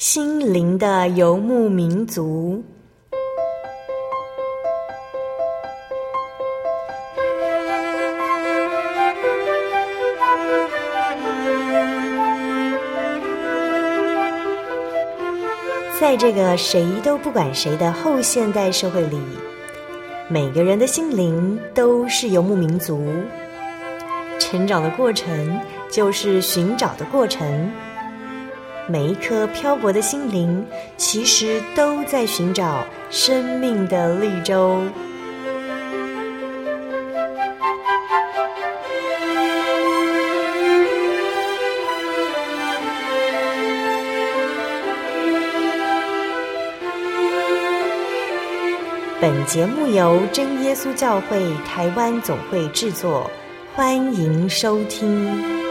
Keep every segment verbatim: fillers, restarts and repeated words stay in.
心灵的游牧民族。在这个谁都不管谁的后现代社会里，每个人的心灵都是游牧民族。成长的过程就是寻找的过程，每一颗漂泊的心灵其实都在寻找生命的绿洲。本节目由真耶稣教会台湾总会制作，欢迎收听。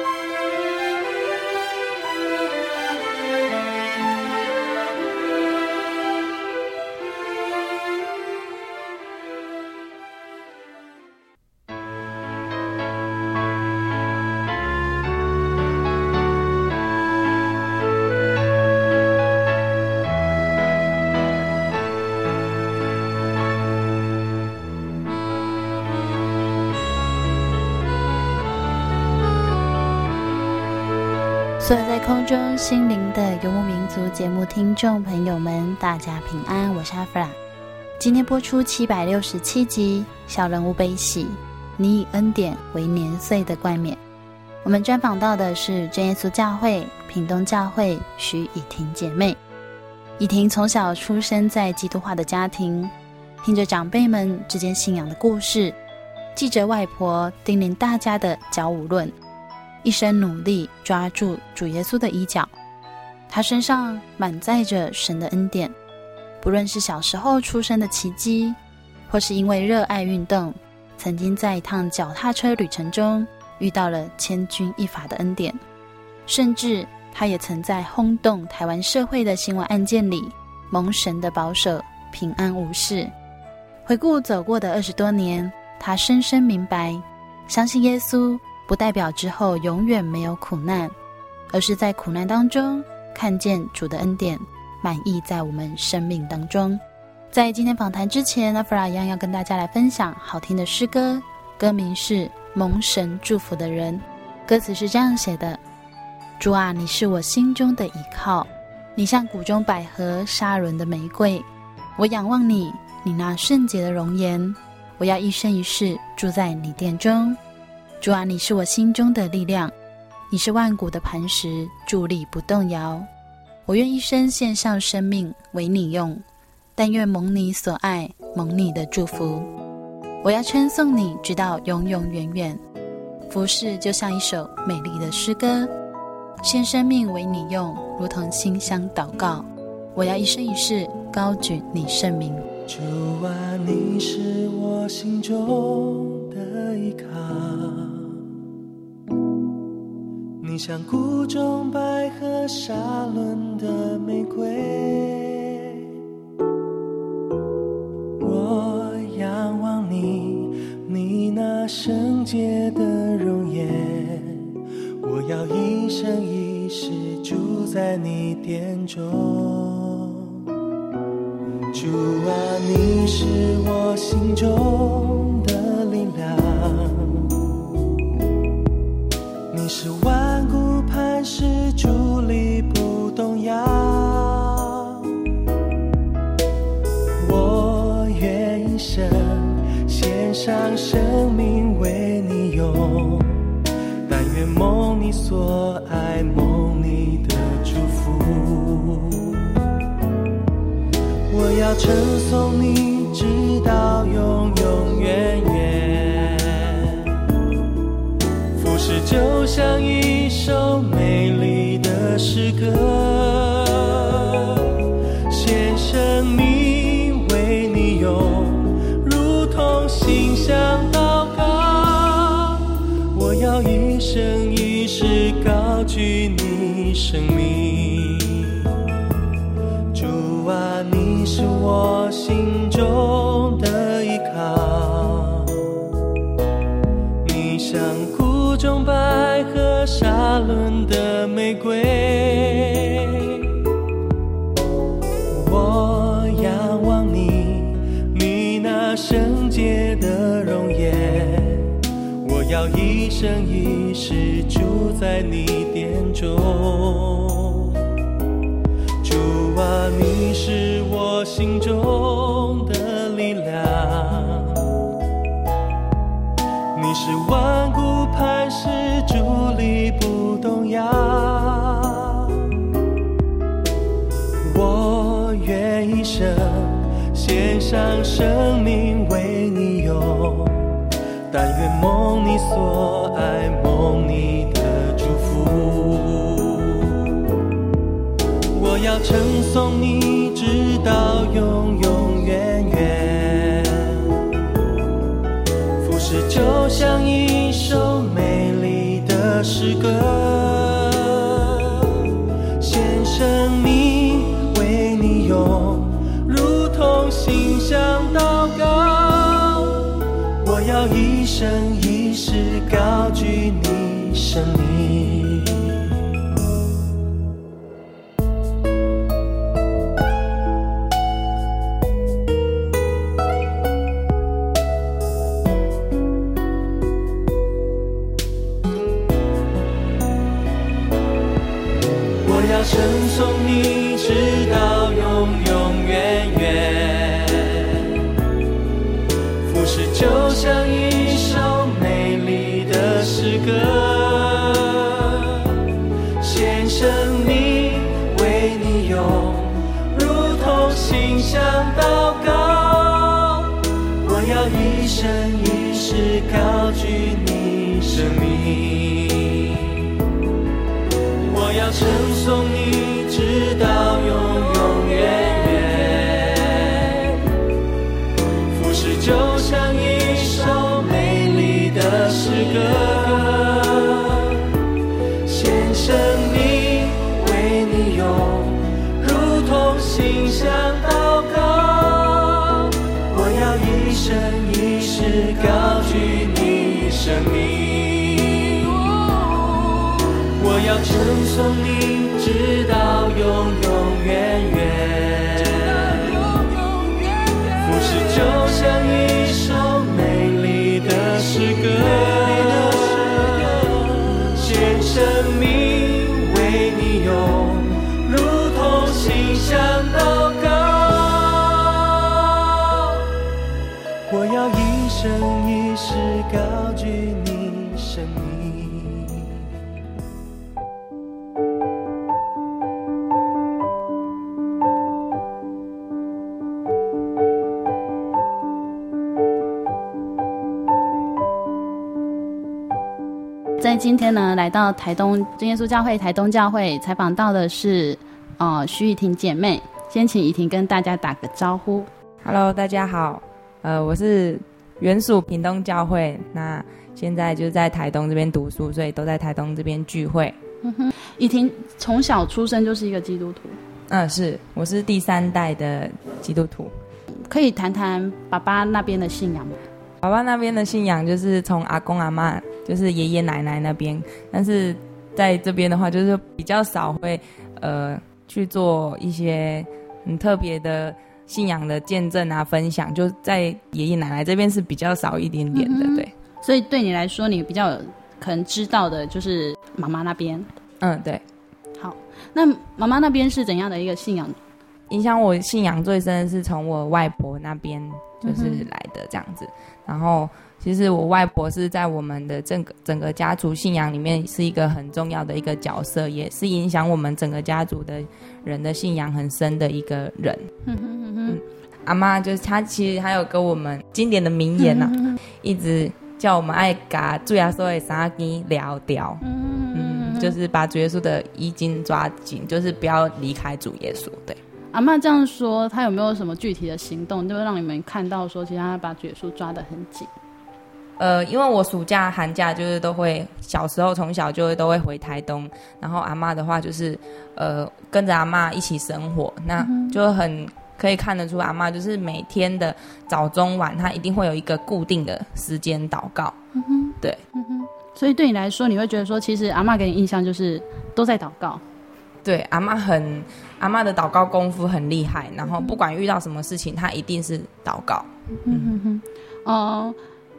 所有在空中心灵的游牧民族节目听众朋友们，大家平安，我是阿弗拉。今天播出七百六十七集小人物悲喜，你以恩典为年岁的冠冕。我们专访到的是真耶稣教会屏东教会徐以婷姐妹。以婷从小出生在基督化的家庭，听着长辈们之间信仰的故事，记着外婆叮咛大家的教五论，一生努力抓住主耶稣的衣角。他身上满载着神的恩典，不论是小时候出生的奇迹，或是因为热爱运动，曾经在一趟脚踏车旅程中遇到了千钧一发的恩典，甚至他也曾在轰动台湾社会的新闻案件里蒙神的保守，平安无事。回顾走过的二十多年，他深深明白，相信耶稣不代表之后永远没有苦难，而是在苦难当中看见主的恩典满溢在我们生命当中。在今天访谈之前，阿弗拉一样要跟大家来分享好听的诗歌，歌名是蒙神祝福的人。歌词是这样写的：主啊，你是我心中的依靠，你像谷中百合沙伦的玫瑰，我仰望你，你那圣洁的容颜，我要一生一世住在你殿中。主啊，你是我心中的力量，你是万古的磐石，伫立不动摇。我愿一生献上生命为你用，但愿蒙你所爱，蒙你的祝福。我要称颂你直到永永远远，服侍就像一首美丽的诗歌，献生命为你用，如同馨香祷告。我要一生一世高举你圣名。 主啊，你是我心中的依靠，你像谷中百合沙伦的玫瑰，我仰望你，你那圣洁的容颜，我要一生一世住在你殿中。主啊，你是我心中的力量，你是万古磐石，伫立不动摇。我愿一生献上生命为你用，但愿蒙你所爱，蒙你的祝福。我要称颂你直到永永远远，服侍就像一首美丽的诗歌，献生命为你用，如同馨香祷告。我要一生一世高举你生命。主啊，你是我心中的依靠，你像谷中百合沙伦的玫瑰， 生一世住在你殿中。主啊，你是我心中的力量，你是万古磐石，伫立不动摇。我愿一生献上生命为你用，但愿蒙你所爱，蒙你的祝福。我要称颂你直到永永远远，服侍就像一首美丽的诗歌，献生命为你用，如同馨香祷告。我要一生一世高举你生命。我要称颂你直到永永远远，服侍就像一首美丽的诗歌，献生命为你用，如同馨香祷告。我要一生一世高举你生命，我要称颂你直到永永远远，服侍就像一首美丽的诗歌，献生命为你用，如同馨香祷告。我要一生一世高举你生命，我要称颂你直到永永远远，服侍就像一首美丽的诗歌，献生命为你用，如同馨香祷告。我要一生一世高举你生命。 在今天呢，来到台东真耶稣教会台东教会采访到的是呃徐以婷姐妹，先请以婷跟大家打个招呼。 Hello， 大家好，呃，我是原属屏东教会，那现在就是在台东这边读书，所以都在台东这边聚会。 嗯哼，以婷从小出生就是一个基督徒。 嗯，是，我是第三代的基督徒。 可以谈谈爸爸那边的信仰吗？ 爸爸那边的信仰就是从阿公阿嬷，就是爷爷奶奶那边，但是在这边的话，就是比较少会呃去做一些很特别的信仰的见证啊分享，就在爷爷奶奶这边是比较少一点点的。嗯、对， 所以对你来说，你比较有可能知道的就是妈妈那边。 嗯，对。 好，那妈妈那边是怎样的一个信仰？ 影响我信仰最深的是从我外婆那边就是来的这样子。嗯、然后其实我外婆是在我们的整个整个家族信仰里面是一个很重要的一个角色，也是影响我们整个家族的人的信仰很深的一个人。嗯哼嗯哼嗯，阿嬷就是她，其实还有跟我们经典的名言啊，嗯、一直叫我们爱把主耶稣的三更聊掉。嗯嗯，就是把主耶稣的衣襟抓紧，就是不要离开主耶稣。对。 阿嬷这样说，她有没有什么具体的行动，就会让你们看到说，其实她把主耶稣抓得很紧？ 呃，因为我暑假、寒假就是都会，小时候从小就会都会回台东，然后阿嬷的话就是呃跟着阿嬷一起生活，那就很可以看得出阿嬷就是每天的早中晚，她一定会有一个固定的时间祷告。嗯哼，对， 嗯哼，所以对你来说，你会觉得说，其实阿嬷给你印象就是都在祷告。 对，阿嬷很阿嬷的祷告功夫很厉害，然后不管遇到什么事情，她一定是祷告。 嗯哼哼，哦、呃，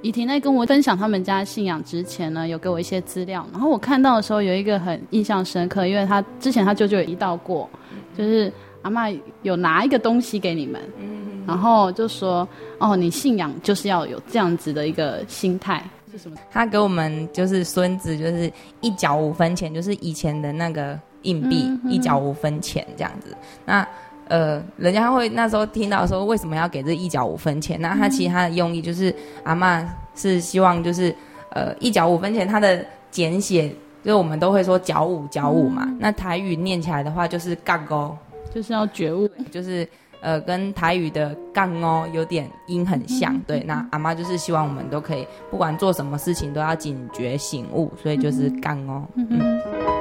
以婷在跟我分享他们家信仰之前呢，有给我一些资料，然后我看到的时候有一个很印象深刻，因为他之前他舅舅有提到过，就是阿嬷有拿一个东西给你们，然后就说哦，你信仰就是要有这样子的一个心态。是什么？ 他给我们就是孙子，就是一角五分钱，就是以前的那个硬币，嗯嗯、一角五分钱这样子。那呃，人家会那时候听到说为什么要给这一角五分钱？那他其实他的用意就是阿嬷是希望就是呃一角五分钱，它的简写就是我们都会说角五角五嘛。嗯、那台语念起来的话就是杠哦， 就是要觉悟， 就是呃跟台语的杠哦有点音很像。嗯、对，那阿嬷就是希望我们都可以不管做什么事情都要警觉醒悟，所以就是杠哦。嗯。嗯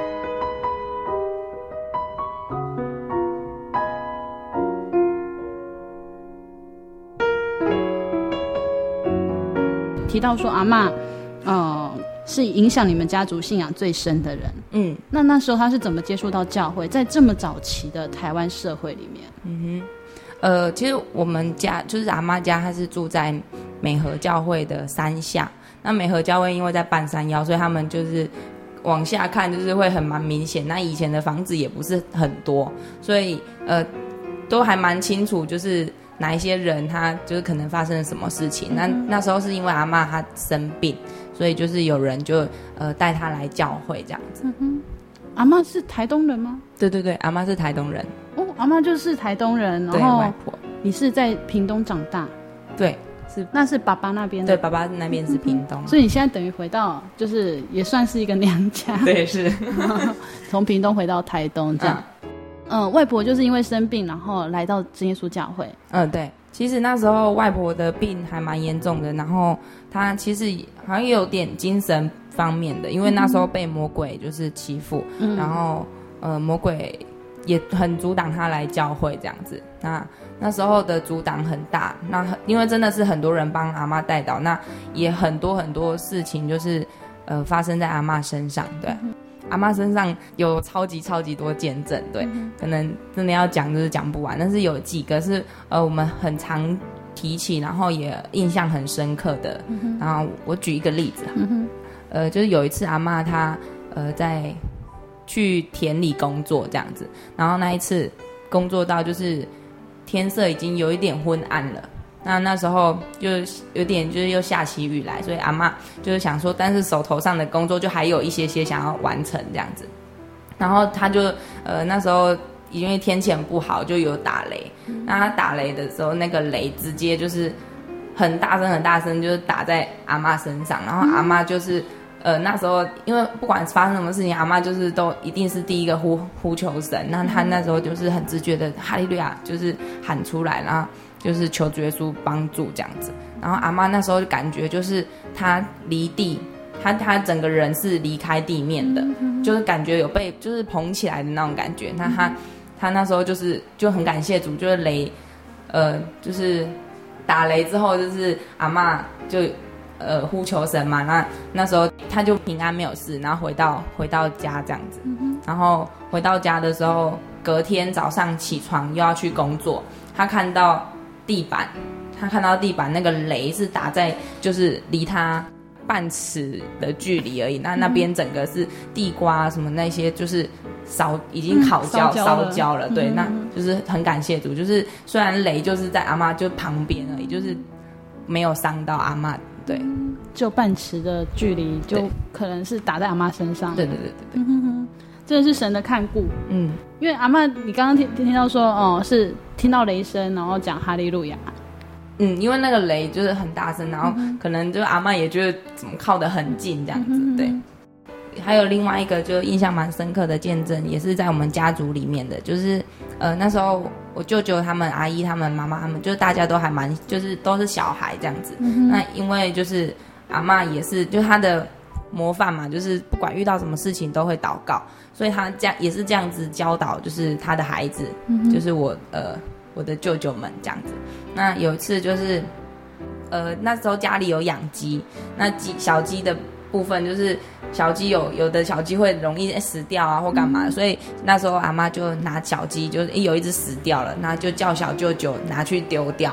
提到说阿嬷呃是影响你们家族信仰最深的人，嗯，那那时候他是怎么接触到教会，在这么早期的台湾社会里面？ 嗯哼，呃，其实我们家就是阿嬷家，她是住在美和教会的山下。那美和教会因为在半山腰，所以他们就是往下看就是会很蛮明显。那以前的房子也不是很多，所以呃都还蛮清楚，就是哪一些人他就是可能发生了什么事情。那那时候是因为阿嬷她生病，所以就是有人就呃带她来教会这样子。 嗯哼，阿嬷是台东人吗？ 对对对，阿嬷是台东人。 哦，阿嬷就是台东人，然后外婆你是在屏东长大。 对，是那是爸爸那边的。 对，爸爸那边是屏东。 嗯，所以你现在等于回到就是也算是一个娘家。 对，是从屏东回到台东这样。嗯嗯，外婆就是因为生病，然后来到真耶稣教会。 嗯，对。其实那时候外婆的病还蛮严重的，然后她其实好像也有点精神方面的，因为那时候被魔鬼就是欺负，嗯、然后呃魔鬼也很阻挡她来教会这样子。那那时候的阻挡很大，那因为真的是很多人帮阿嬷带祷，那也很多很多事情就是呃发生在阿嬷身上，对。嗯，阿嬷身上有超级超级多见证，对，嗯、可能真的要讲就是讲不完，但是有几个是呃我们很常提起，然后也印象很深刻的。嗯、然后我举一个例子，嗯、呃，就是有一次阿嬷她呃在去田里工作这样子，然后那一次工作到就是天色已经有一点昏暗了。那那时候就有点就是又下起雨来，所以阿嬷就是想说，但是手头上的工作就还有一些些想要完成这样子。然后他就呃那时候因为天气很不好，就有打雷。嗯、那他打雷的时候，那个雷直接就是很大声很大声，就是打在阿嬷身上。然后阿嬷就是呃那时候因为不管发生什么事情，阿嬷就是都一定是第一个呼呼求神。那他那时候就是很直觉的哈利路亚，就是喊出来，然后就是求主耶稣帮助这样子。然后阿嬷那时候就感觉就是她离地，她她整个人是离开地面的，嗯、就是感觉有被就是捧起来的那种感觉。那她她那时候就是就很感谢主，就是雷呃就是打雷之后，就是阿嬷就呃呼求神嘛。那那时候她就平安没有事，然后回到回到家这样子。嗯、然后回到家的时候，隔天早上起床又要去工作，她看到地板，他看到地板那个雷是打在就是离他半尺的距离而已。那那边整个是地瓜什么那些就是烧已经烤焦烧、嗯、焦了，对，嗯、那就是很感谢主，就是虽然雷就是在阿嬷就旁边而已，就是没有伤到阿嬷，对， 就半尺的距离，就可能是打在阿嬷身上。 对对对对对。 嗯，真的是神的看顾。嗯，因为阿嬷你刚刚听听到说哦，是听到雷声然后讲哈利路亚。 嗯，因为那个雷就是很大声，然后可能就阿嬷也觉得怎么靠得很近这样子。嗯、对。还有另外一个就印象蛮深刻的见证，也是在我们家族里面的，就是呃那时候我舅舅他们、阿姨他们、妈妈他们，就是大家都还蛮就是都是小孩这样子。嗯、那因为就是阿嬷也是就她的模范嘛，就是不管遇到什么事情都会祷告，所以他这样也是这样子教导，就是他的孩子，嗯、就是我呃我的舅舅们这样子。那有一次就是呃那时候家里有养鸡，那鸡小鸡的部分就是小鸡有有的小鸡会容易死掉啊或干嘛，嗯、所以那时候阿嬷就拿小鸡，就是有一只死掉了，那就叫小舅舅拿去丢掉。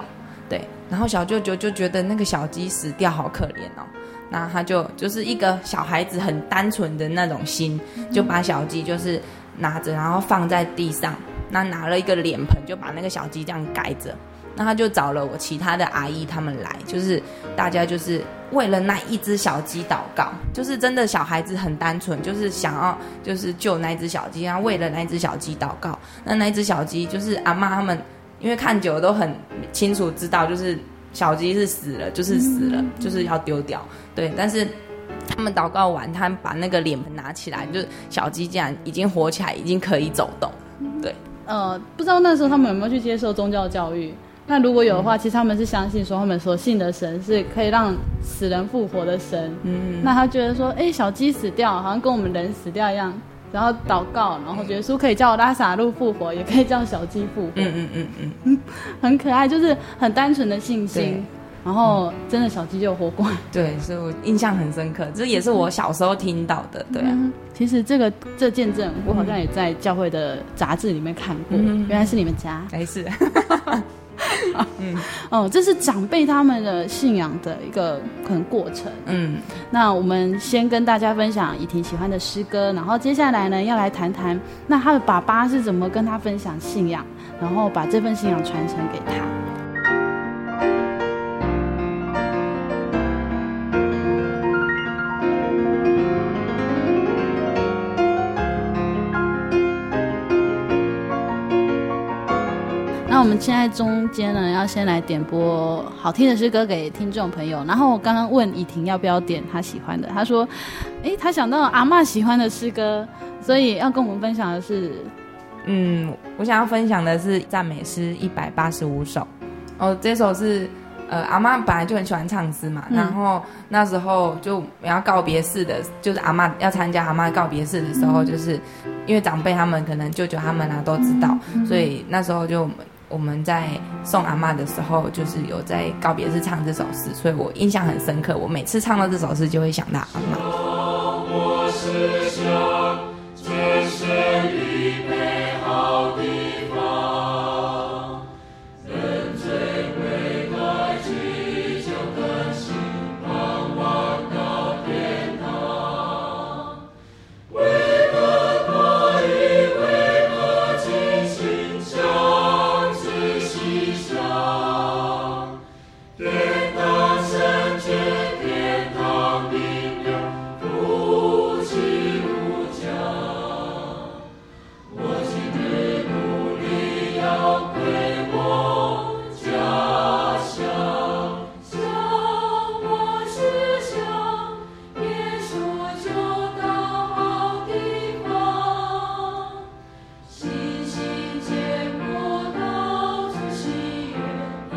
对，然后小舅舅就觉得那个小鸡死掉好可怜哦，那他就就是一个小孩子很单纯的那种心，就把小鸡就是拿着，然后放在地上，那拿了一个脸盆，就把那个小鸡这样盖着。那他就找了我其他的阿姨他们来，就是大家就是为了那一只小鸡祷告，就是真的小孩子很单纯，就是想要就是救那只小鸡，然后为了那只小鸡祷告。那那只小鸡就是阿嬷他们因为看久了都很清楚知道，就是小鸡是死了，就是死了，就是要丢掉。对，但是他们祷告完，他们把那个脸盆拿起来，就小鸡竟然已经活起来，已经可以走动。对， 呃，不知道那时候他们有没有去接受宗教教育？那如果有的话，其实他们是相信说他们所信的神是可以让死人复活的神。嗯，那他觉得说，哎，小鸡死掉，好像跟我们人死掉一样，然后祷告，然后耶稣可以叫拉撒路复活，也可以叫小鸡复活。嗯嗯嗯嗯，很可爱，就是很单纯的信心。然后真的小鸡就活过来。 对，所以我印象很深刻，这也是我小时候听到的。对啊， 嗯、其实这个这见证，我好像也在教会的杂志里面看过，嗯、原来是你们家。 哎，是。 嗯，哦，这是长辈他们的信仰的一个可能过程。嗯，那我们先跟大家分享怡婷喜欢的诗歌，然后接下来呢，要来谈谈那他的爸爸是怎么跟他分享信仰，然后把这份信仰传承给他。那我们现在中间呢，要先来点播好听的诗歌给听众朋友。然后我刚刚问怡婷要不要点她喜欢的，她说，哎，她想到阿嬷喜欢的诗歌，所以要跟我们分享的是， 嗯，我想要分享的是赞美诗一百八十五首。哦，这首是呃阿嬷本来就很喜欢唱诗嘛，嗯、然后那时候就要告别式的，就是阿嬷要参加阿嬷告别式的时候，嗯、就是因为长辈他们可能舅舅他们啊都知道，嗯、所以那时候就。我们在送阿嬷的时候，就是有在告别式唱这首诗，所以我印象很深刻。我每次唱到这首诗，就会想到阿嬷。我是想全身预备好地方，人最悔改祈求更新，盼望到天堂。为何可以？为何尽心想？天堂圣洁，天堂明亮，夫妻无疆。我今日努力要归我家乡，向我思想，耶稣就到好地方，信心结果到处喜悦。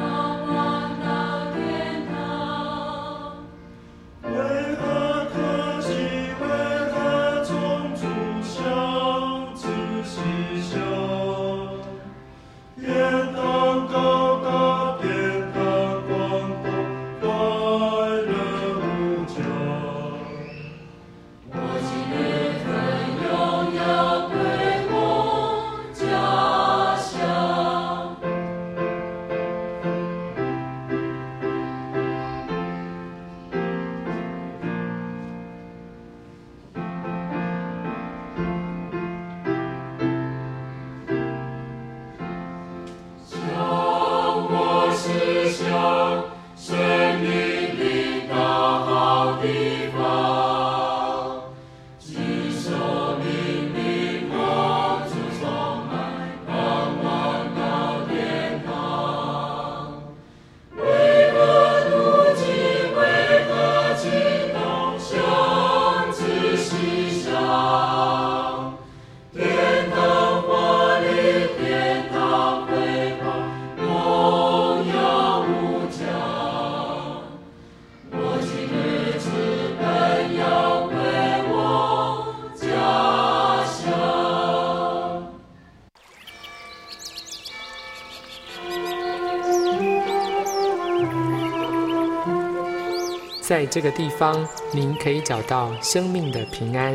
在这个地方，您可以找到生命的平安。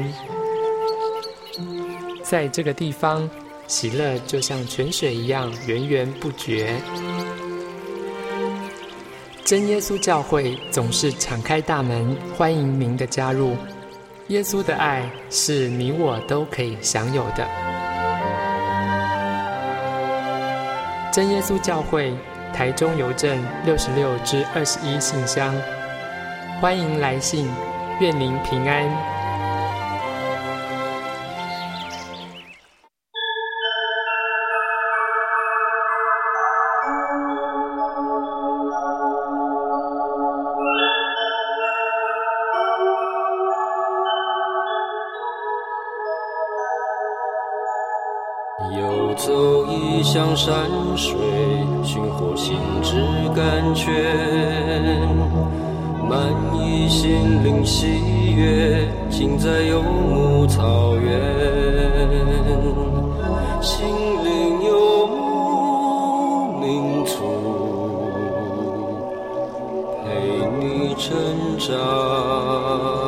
在这个地方，喜乐就像泉水一样源源不绝。 真耶稣教会总是敞开大门，欢迎您的加入。耶稣的爱是你我都可以享有的。真耶稣教会台中邮政六十六至二十一信箱，欢迎来信，愿您平安。 游走异乡山水，寻获心之甘泉，满溢心灵喜悦，尽在游牧草原。心灵游牧民族，陪你成长。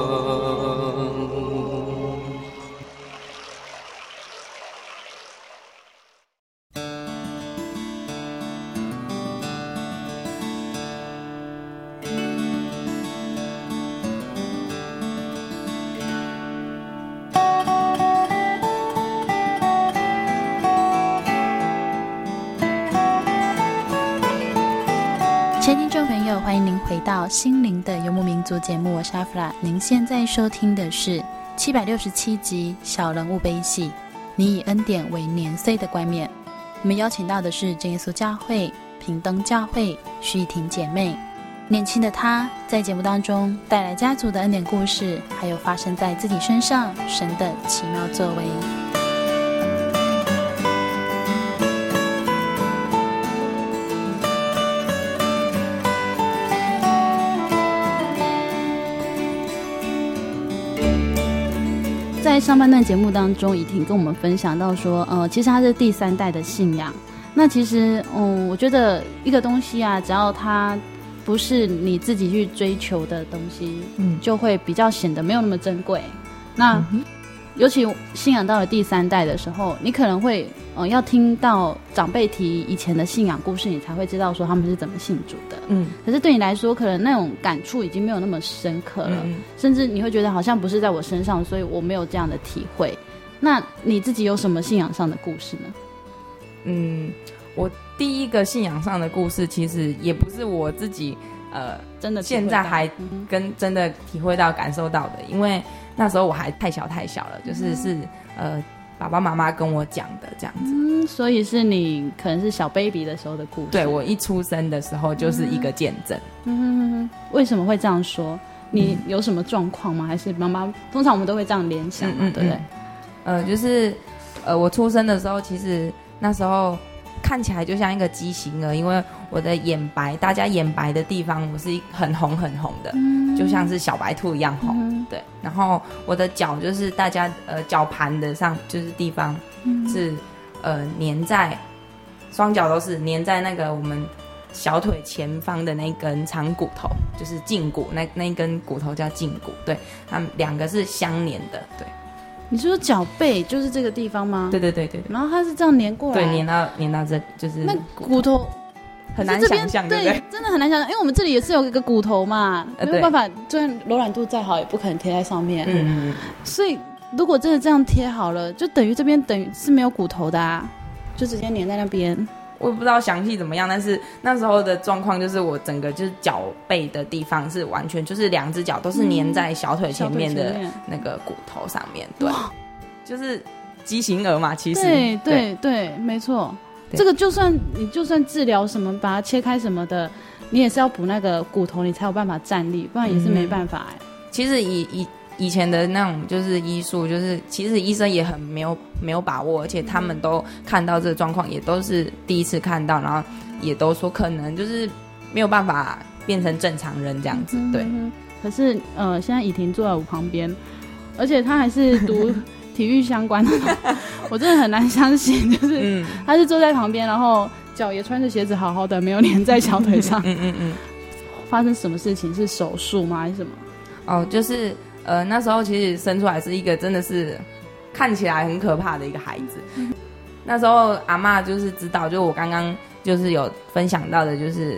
亲爱的听众朋友，欢迎您回到心灵的游牧民族节目，我是阿弗拉。您现在收听的是七百六十七集小人物悲喜，你以恩典为年岁的冠冕。我们邀请到的是真耶稣教会屏东教会徐怡婷姐妹。年轻的她在节目当中带来家族的恩典故事，还有发生在自己身上神的奇妙作为。 在上半段节目当中，怡婷跟我们分享到说，呃，其实他是第三代的信仰。那其实，嗯，我觉得一个东西啊，只要它不是你自己去追求的东西，嗯，就会比较显得没有那么珍贵。那、嗯、尤其信仰到了第三代的时候，你可能会，呃，要听到长辈提以前的信仰故事，你才会知道说他们是怎么信主的。嗯，可是对你来说，可能那种感触已经没有那么深刻了，嗯、甚至你会觉得好像不是在我身上，所以我没有这样的体会。那你自己有什么信仰上的故事呢？ 嗯，我第一个信仰上的故事，其实也不是我自己呃真的现在还跟真的体会到感受到的，因为那时候我还太小太小了，就是是呃爸爸妈妈跟我讲的这样子。 嗯，所以是你可能是小 baby 的时候的故事。 对，我一出生的时候就是一个见证。 嗯，嗯为什么会这样说？你有什么状况吗？还是妈妈？通常我们都会这样联想嘛，嗯嗯嗯对不对？ 呃，就是呃我出生的时候，其实那时候看起来就像一个畸形儿，因为我的眼白，大家眼白的地方我是很红很红的，嗯、就像是小白兔一样红。嗯、对，然后我的脚就是大家呃脚盘的上就是地方是、嗯、呃粘在双脚都是粘在那个我们小腿前方的那根长骨头，就是胫骨，那那一根骨头叫胫骨。对，它们两个是相连的。对。 你说脚背就是这个地方吗？ 对对对 对, 对然后它是这样粘过来， 对，粘到粘到这就是那骨头很难想象，对不对？ 真的很难想象，因为我们这里也是有一个骨头嘛，呃、没有办法，就算柔软度再好，也不可能贴在上面。嗯，所以如果真的这样贴好了，就等于这边等于是没有骨头的啊，就直接粘在那边。 我也不知道详细怎么样，但是那时候的状况就是我整个就是脚背的地方是完全就是两只脚都是粘在小腿前面的那个骨头上面，嗯、对，就是畸形儿嘛，其实对对 对, 对，没错。这个就算你就算治疗什么，把它切开什么的，你也是要补那个骨头，你才有办法站立，不然也是没办法哎、欸嗯。 其实以以以前的那种就是医术，就是其实医生也很没有没有把握，而且他们都看到这个状况，也都是第一次看到，然后也都说可能就是没有办法变成正常人这样子。对，嗯、 可是呃，现在怡婷坐在我旁边，而且她还是读体育相关的，我真的很难相信，就是、嗯、她是坐在旁边，然后脚也穿着鞋子好好的，没有粘在小腿上。嗯嗯嗯，发生什么事情？是手术吗？还是什么？ 哦，就是呃那时候其实生出来是一个真的是看起来很可怕的一个孩子。嗯、那时候阿嬷就是知道，就我刚刚就是有分享到的，就是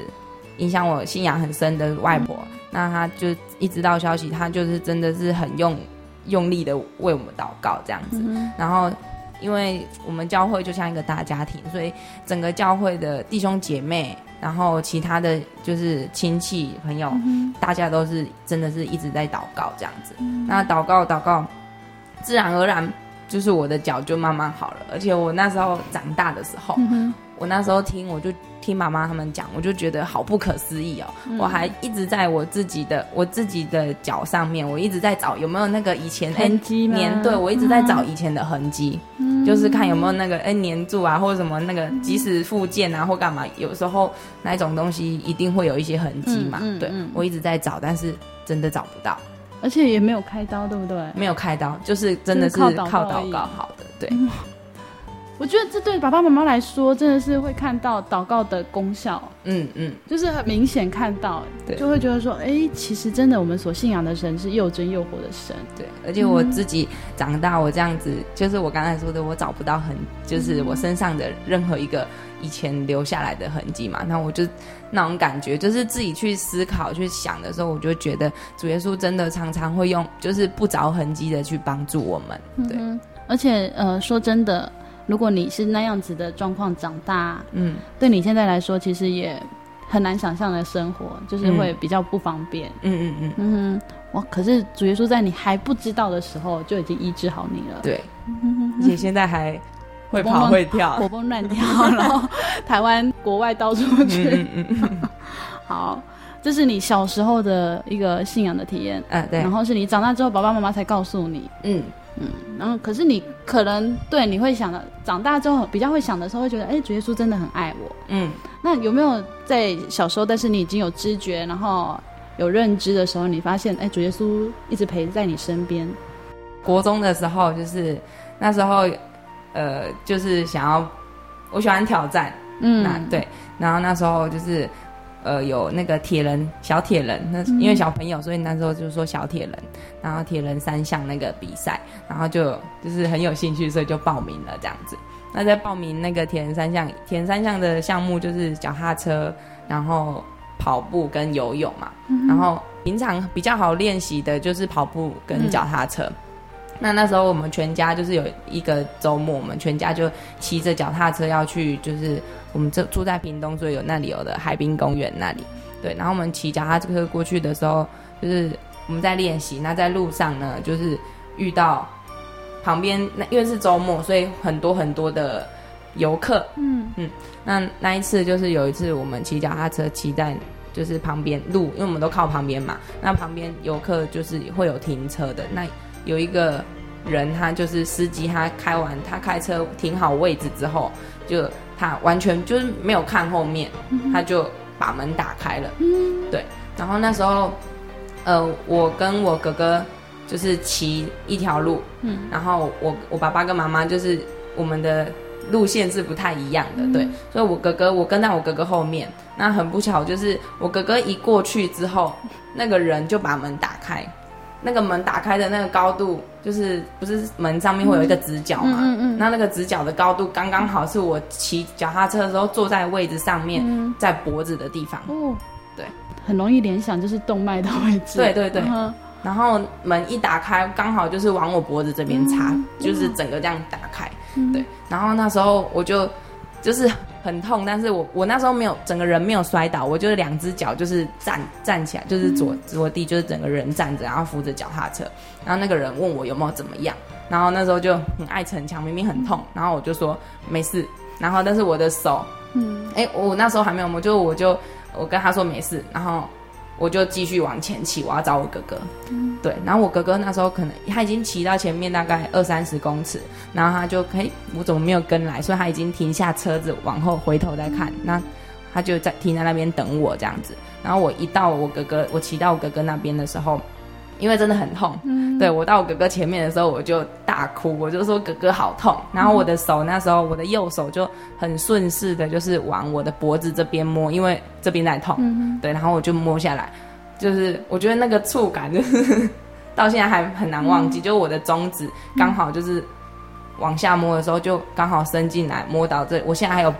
影响我信仰很深的外婆，那她就一知道消息，她就是真的是很用用力的为我们祷告这样子，嗯、然后。因为我们教会就像一个大家庭，所以整个教会的弟兄姐妹，然后其他的就是亲戚朋友，嗯、大家都是真的是一直在祷告这样子。嗯、那祷告祷告，自然而然就是我的脚就慢慢好了。而且我那时候长大的时候，嗯、我那时候听我就听妈妈他们讲，我就觉得好不可思议哦。嗯、我还一直在我自己的我自己的脚上面，我一直在找有没有那个以前痕迹吗？ 粘，对，我一直在找以前的痕迹。嗯就是看有没有那个哎粘住啊，或者什么那个，即使复健啊或干嘛，有时候那种东西一定会有一些痕迹嘛。嗯嗯、对、嗯、我一直在找，但是真的找不到， 而且也没有开刀，对不对？ 没有开刀，就是真的是靠祷告好的。对、嗯， 我觉得这对爸爸妈妈来说，真的是会看到祷告的功效。 嗯嗯， 就是很明显看到，就会觉得说，哎，其实真的我们所信仰的神是又真又活的神。 对，而且我自己长大，我这样子，就是我刚才说的，我找不到痕，就是我身上的任何一个以前留下来的痕迹嘛。那我就那种感觉，就是自己去思考、去想的时候，我就觉得主耶稣真的常常会用，就是不着痕迹的去帮助我们。对， 嗯、而且呃，说真的。如果你是那样子的状况长大，嗯，对你现在来说，其实也很难想象的生活，就是会比较不方便。嗯嗯嗯嗯哼，哇！可是主耶稣在你还不知道的时候，就已经医治好你了。 对，而且现在还会跑会跳， 活蹦乱跳，然后台湾国外到处去。嗯嗯嗯好，这是你小时候的一个信仰的体验。嗯、呃，对。然后是你长大之后，爸爸妈妈才告诉你。嗯。嗯，然后可是你可能对你会想的，长大之后比较会想的时候，会觉得，哎，主耶稣真的很爱我。嗯，那有没有在小时候，但是你已经有知觉，然后有认知的时候，你发现，哎，主耶稣一直陪在你身边？ 国中的时候，就是那时候，呃，就是想要，我喜欢挑战。嗯，那对，然后那时候就是。呃，有那个铁人小铁人，那因为小朋友，所以那时候就说小铁人，然后铁人三项那个比赛，然后就就是很有兴趣，所以就报名了这样子。那在报名那个铁人三项，铁人三项的项目就是脚踏车，然后跑步跟游泳嘛。嗯、然后平常比较好练习的就是跑步跟脚踏车。嗯那那时候我们全家就是有一个周末，我们全家就骑着脚踏车要去，就是我们这住在屏东，所以有那里有的海滨公园那里，对。然后我们骑脚踏车过去的时候，就是我们在练习。那在路上呢，就是遇到旁边，那因为是周末，所以很多很多的游客。嗯嗯。那那一次就是有一次我们骑脚踏车骑在就是旁边路，因为我们都靠旁边嘛，那旁边游客就是会有停车的那。有一个人，他就是司机，他开完他开车停好位置之后，就他完全就是没有看后面，嗯、他就把门打开了。嗯，对。然后那时候，呃，我跟我哥哥就是骑一条路，嗯，然后我我爸爸跟妈妈就是我们的路线是不太一样的，嗯、对。所以我哥哥我跟在我哥哥后面，那很不巧就是我哥哥一过去之后，那个人就把门打开。那个门打开的那个高度，就是不是门上面会有一个直角嘛？嗯嗯嗯、那那个直角的高度刚刚好是我骑脚踏车的时候坐在位置上面，嗯、在脖子的地方。哦，对， 很容易联想就是动脉的位置。 对对对。嗯、然后门一打开，刚好就是往我脖子这边插，嗯、就是整个这样打开。嗯、对，然后那时候我就就是很痛，但是我我那时候没有整个人没有摔倒，我就是两只脚就是站站起来，就是着着地，就是整个人站着，然后扶着脚踏车。然后那个人问我有没有怎么样，然后那时候就很爱逞强，明明很痛，然后我就说没事。然后但是我的手，嗯，哎，我那时候还没有摸，就我就我跟他说没事，然后我就继续往前骑，我要找我哥哥。嗯，对，然后我哥哥那时候可能他已经骑到前面大概二三十公尺，然后他就可以，我怎么没有跟来？所以他已经停下车子，往后回头再看，嗯、那他就在停在那边等我这样子。然后我一到我哥哥，我骑到我哥哥那边的时候，因为真的很痛，嗯，对我到我哥哥前面的时候，我就大哭，我就说哥哥好痛。然后我的手那时候，我的右手就很顺势的，就是往我的脖子这边摸，因为这边在痛，嗯、对，然后我就摸下来。就是我觉得那个触感就是到现在还很难忘记，嗯、就我的中指刚好就是往下摸的时候就刚好伸进来摸到这，我现在还有疤，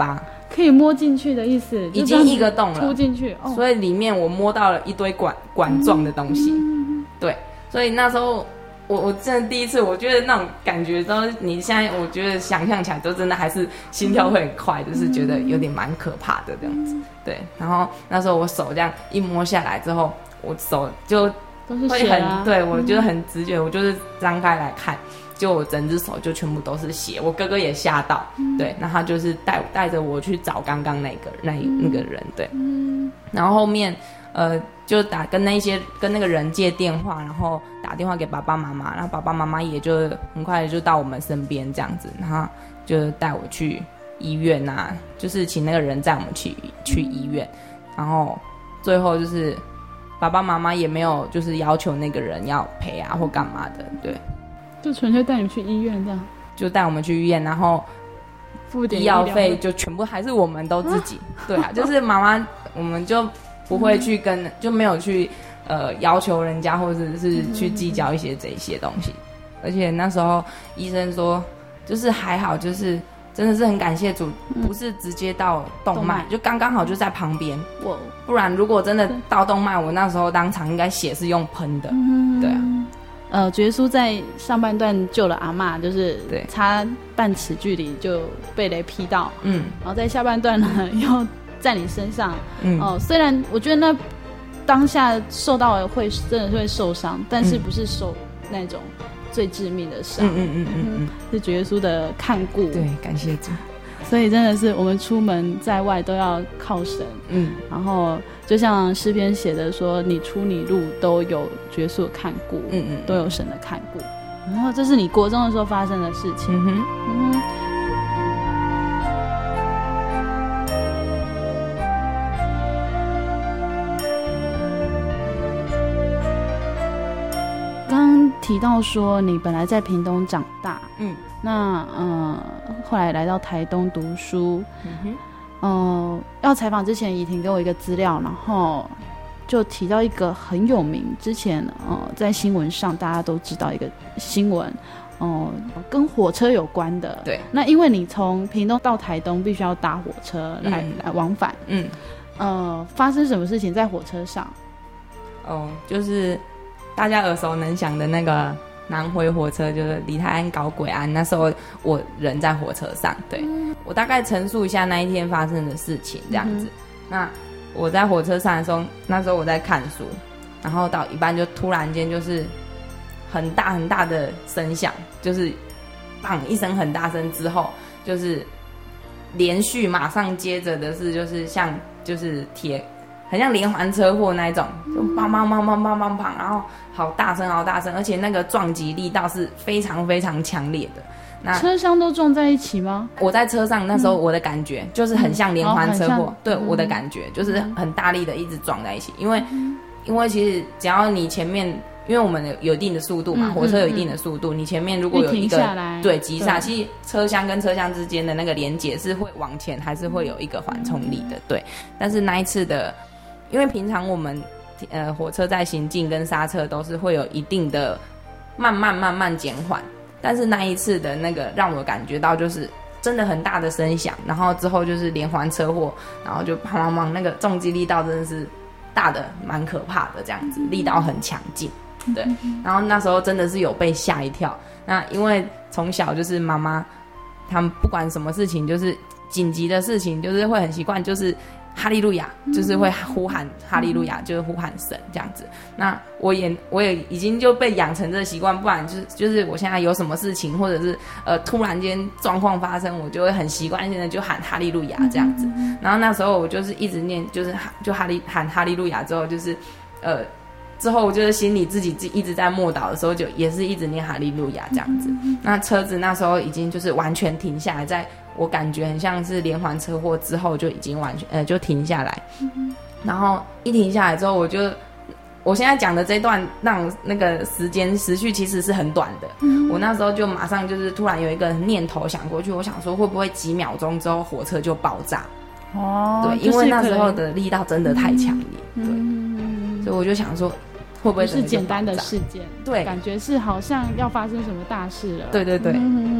可以摸进去的意思， 已经一个洞了， 突进去、哦， 所以里面我摸到了一堆管管状的东西，嗯、对，所以那时候我我真的第一次，我觉得那种感觉都，你现在我觉得想象起来都真的还是心跳会很快，嗯、就是觉得有点蛮可怕的这样子，对。然后那时候我手这样一摸下来之后，我手就会很， 啊、 对我觉得很直觉，嗯、我就是张开来看。就我整只手就全部都是血，我哥哥也吓到，嗯、对，然后他就是带带着我去找刚刚那个那那个人，对，嗯、然后后面呃就打跟那些跟那个人借电话，然后打电话给爸爸妈妈，然后爸爸妈妈也就很快就到我们身边这样子，然后就带我去医院啊，就是请那个人载我们去去医院，然后最后就是爸爸妈妈也没有就是要求那个人要赔啊或干嘛的，对。 就纯粹带你去医院这样， 就带我们去医院，然后付点医药费就全部还是我们都自己，啊对啊，就是妈妈我们就不会去跟，嗯、就没有去呃要求人家或者是去计较一些这些东西，而且那时候医生说就是还好，就是真的是很感谢主，嗯、不是直接到动脉，就刚刚好就在旁边，不然如果真的到动脉，我那时候当场应该血是用喷的，嗯、对啊。 呃，主耶稣在上半段救了阿嬷，就是差半尺距离就被雷劈到，嗯，然后在下半段呢又在你身上，嗯，哦、呃，虽然我觉得那当下受到了会真的是会受伤，但是不是受那种最致命的伤，嗯嗯嗯嗯嗯，是主耶稣的看顾， 对，感谢主。 所以真的是我们出门在外都要靠神，嗯，然后就像诗篇写的说，你出你入都有耶稣的看顾，嗯嗯，都有神的看顾。然后这是你国中的时候发生的事情，嗯哼，嗯哼。刚提到说你本来在屏东长大，嗯。那嗯、呃，后来来到台东读书，嗯哼，呃，要采访之前，怡婷给我一个资料，然后就提到一个很有名，之前呃在新闻上大家都知道一个新闻，哦、呃，跟火车有关的。 对。 那因为你从屏东到台东必须要搭火车来、嗯、来往返，嗯，呃，发生什么事情在火车上？ 哦，就是大家耳熟能详的那个。南回火车就是梨泰安搞鬼案，那时候我人在火车上，对、嗯、我大概陈述一下那一天发生的事情这样子、嗯、那我在火车上的时候，那时候我在看书，然后到一半就突然间就是很大很大的声响，就是砰一声很大声之后，就是连续马上接着的是就是像就是铁很像连环车祸那一种，就砰砰砰砰砰砰砰，然后好大声好大声，而且那个撞击力道是非常非常强烈的。那车厢都撞在一起吗？ 我在车上那时候我的感觉、嗯、就是很像连环车祸、嗯哦、对、嗯、我的感觉就是很大力的一直撞在一起，因为、嗯、因为其实只要你前面，因为我们有一定的速度嘛、嗯、火车有一定的速度、嗯、你前面如果有一个对急刹，其实车厢跟车厢之间的那个连结是会往前还是会有一个缓冲力的，对。但是那一次的，因为平常我们呃火车在行进跟刹车都是会有一定的慢慢慢慢减缓，但是那一次的那个让我感觉到就是真的很大的声响，然后之后就是连环车祸，然后就砰砰砰，那个重击力道真的是大的蛮可怕的，这样子力道很强劲，对。然后那时候真的是有被吓一跳，那因为从小就是妈妈他们不管什么事情，就是紧急的事情就是会很习惯就是哈利路亚，就是会呼喊哈利路亚，就是呼喊神这样子。那我也我也已经就被养成这个习惯，不然就是就是我现在有什么事情，或者是呃突然间状况发生，我就会很习惯性的就喊哈利路亚这样子。然后那时候我就是一直念，就是就哈利喊哈利路亚之后，就是呃之后就是心里自己一直在默祷的时候，就也是一直念哈利路亚这样子。那车子那时候已经就是完全停下来，在我感觉很像是连环车祸之后就已经完全呃就停下来，嗯、然后一停下来之后，我就我现在讲的这段让那个时间时序其实是很短的。嗯、我那时候就马上就是突然有一个念头想过去，我想说会不会几秒钟之后火车就爆炸？哦，对，因为那时候的力道真的太强烈，嗯、对，嗯、所以我就想说会不会不是简单的事件？ 对， 感觉是好像要发生什么大事了。 对对对。嗯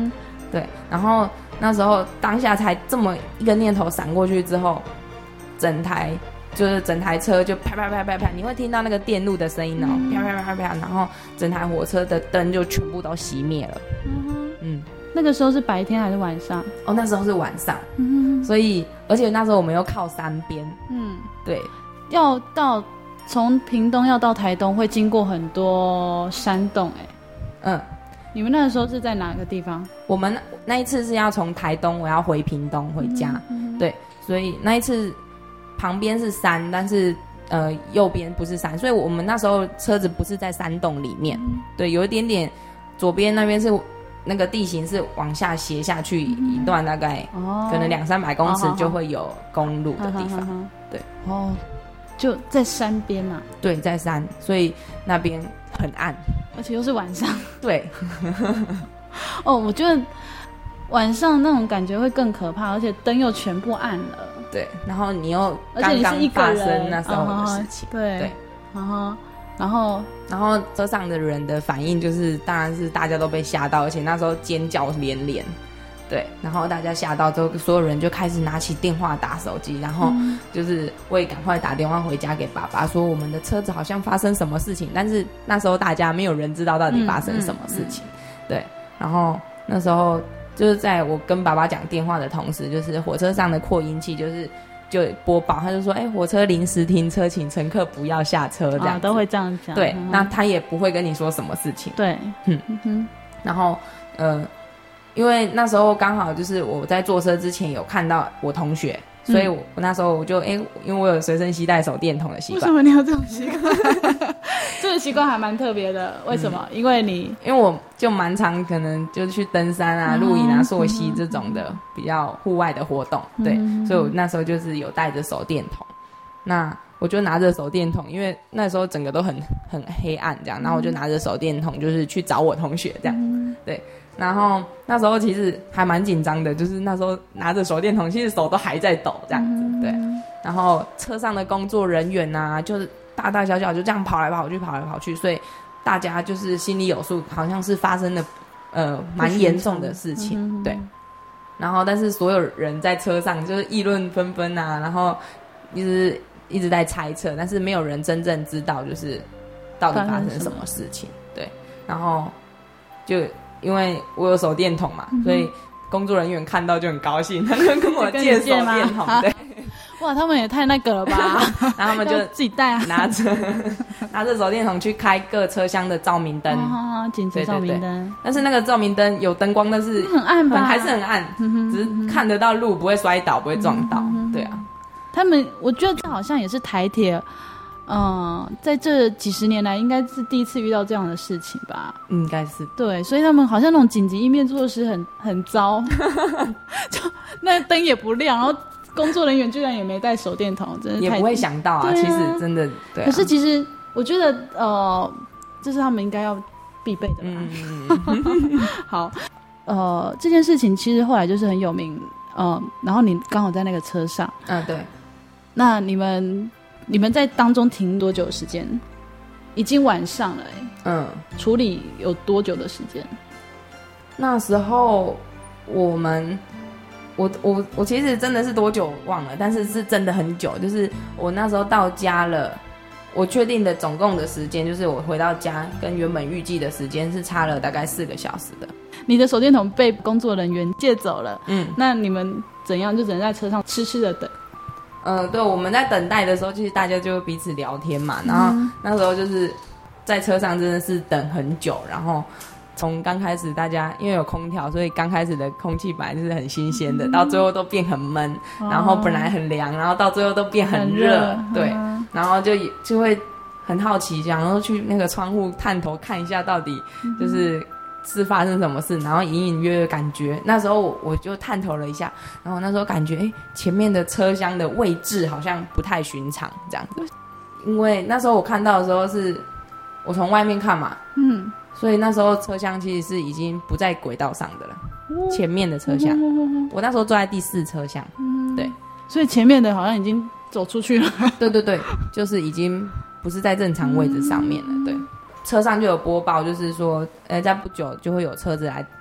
对，然后那时候当下才这么一个念头闪过去之后，整台就是整台车就啪啪啪啪啪，你会听到那个电路的声音哦，嗯、啪啪啪啪啪，然后整台火车的灯就全部都熄灭了。嗯嗯， 那个时候是白天还是晚上？ 哦，那时候是晚上。嗯，所以而且那时候我们又靠山边。嗯，对， 要到从屏东要到台东会经过很多山洞、欸，哎，嗯。你们那个时候是在哪个地方？ 我们那一次是要从台东，我要回屏东回家，嗯嗯、对，所以那一次旁边是山，但是呃右边不是山，所以我们那时候车子不是在山洞里面，嗯、对，有一点点左边那边是那个地形是往下斜下去一段，大概、嗯、可能两三百公尺就会有公路的地方，哦、对， 哦，就在山边嘛， 对，在山，所以那边很暗。 而且又是晚上， 对， 哦，我觉得晚上那种感觉会更可怕，而且灯又全部暗了， 对，然后你又刚刚发生那时候的事情， 哦、对，对，然后，然后， 然后车上的人的反应就是，当然是大家都被吓到，而且那时候尖叫连连。对，然后大家吓到之后，所有人就开始拿起电话打手机，然后就是我也赶快打电话回家给爸爸说我们的车子好像发生什么事情，但是那时候大家没有人知道到底发生什么事情。嗯嗯嗯、对，然后那时候就是在我跟爸爸讲电话的同时，就是火车上的扩音器就是就播报，他就说哎，火车临时停车，请乘客不要下车，这样、啊、 都会这样讲。 对，嗯、那他也不会跟你说什么事情。 对，嗯哼， 然后呃。因为那时候刚好就是我在坐车之前有看到我同学，嗯、所以我那时候我就哎、欸，因为我有随身携带手电筒的习惯。 为什么你有这种习惯？这个习惯还蛮特别的。为什么？嗯、因为你因为我就蛮常可能就是去登山啊、露营啊、溯溪这种的比较户外的活动，嗯、对，所以我那时候就是有带着手电筒。那我就拿着手电筒，因为那时候整个都很很黑暗这样，然后我就拿着手电筒就是去找我同学这样，嗯、对。然后那时候其实还蛮紧张的，就是那时候拿着手电筒，其实手都还在抖这样子，嗯、对。然后车上的工作人员啊，就是大大小小就这样跑来跑去，跑来跑去，所以大家就是心里有数，好像是发生了呃蛮严重的事情，嗯、对。然后但是所有人在车上就是议论纷纷啊，然后一直一直在猜测，但是没有人真正知道就是到底发生什么事情，对。然后就。因为我有手电筒嘛，嗯、所以工作人员看到就很高兴，他就跟我借手电筒。对， 哇，他们也太那个了吧！ 然后他们就自己带啊， 拿着拿着手电筒去开各车厢的照明灯， 哦，紧急照明灯。对对对， 但是那个照明灯有灯光，但是很暗吧？ 还是很暗，嗯、只是看得到路，不会摔倒，不会撞到。嗯、对啊， 他们我觉得这好像也是台铁。嗯，在这几十年来，应该是第一次遇到这样的事情吧？ 应该是对，所以他们好像那种紧急应变措施很很糟，就那灯也不亮，然后工作人员居然也没带手电筒，真的也不会想到啊。啊其实真的，对、啊。 可是其实我觉得，呃，这是他们应该要必备的吧。嗯，好，呃，这件事情其实后来就是很有名，嗯、呃，然后你刚好在那个车上， 嗯，对。 那你们。你们在当中停多久的时间？已经晚上了、欸，嗯，处理有多久的时间？ 那时候我们，我我我其实真的是多久忘了，但是是真的很久。就是我那时候到家了，我确定的总共的时间，就是我回到家跟原本预计的时间是差了大概四个小时的。 你的手电筒被工作人员借走了，嗯，那你们怎样？就只能在车上痴痴的等。 呃，对，我们在等待的时候，其实大家就彼此聊天嘛。然后那时候就是在车上真的是等很久，然后从刚开始大家因为有空调，所以刚开始的空气本来就是很新鲜的，到最后都变很闷，然后本来很凉，然后到最后都变很热，对，然后就就会很好奇，想要去那个窗户探头看一下到底就是是发生什么事，然后隐隐约约感觉那时候 我, 我就探头了一下，然后那时候感觉哎，前面的车厢的位置好像不太寻常这样子，因为那时候我看到的时候是我从外面看嘛，嗯，所以那时候车厢其实是已经不在轨道上的了，哦、前面的车厢，哦、我那时候坐在第四车厢，嗯，对， 所以前面的好像已经走出去了， 对对对，就是已经不是在正常位置上面了，嗯、对。车上就有播报，就是说，呃，在不久就会有车子来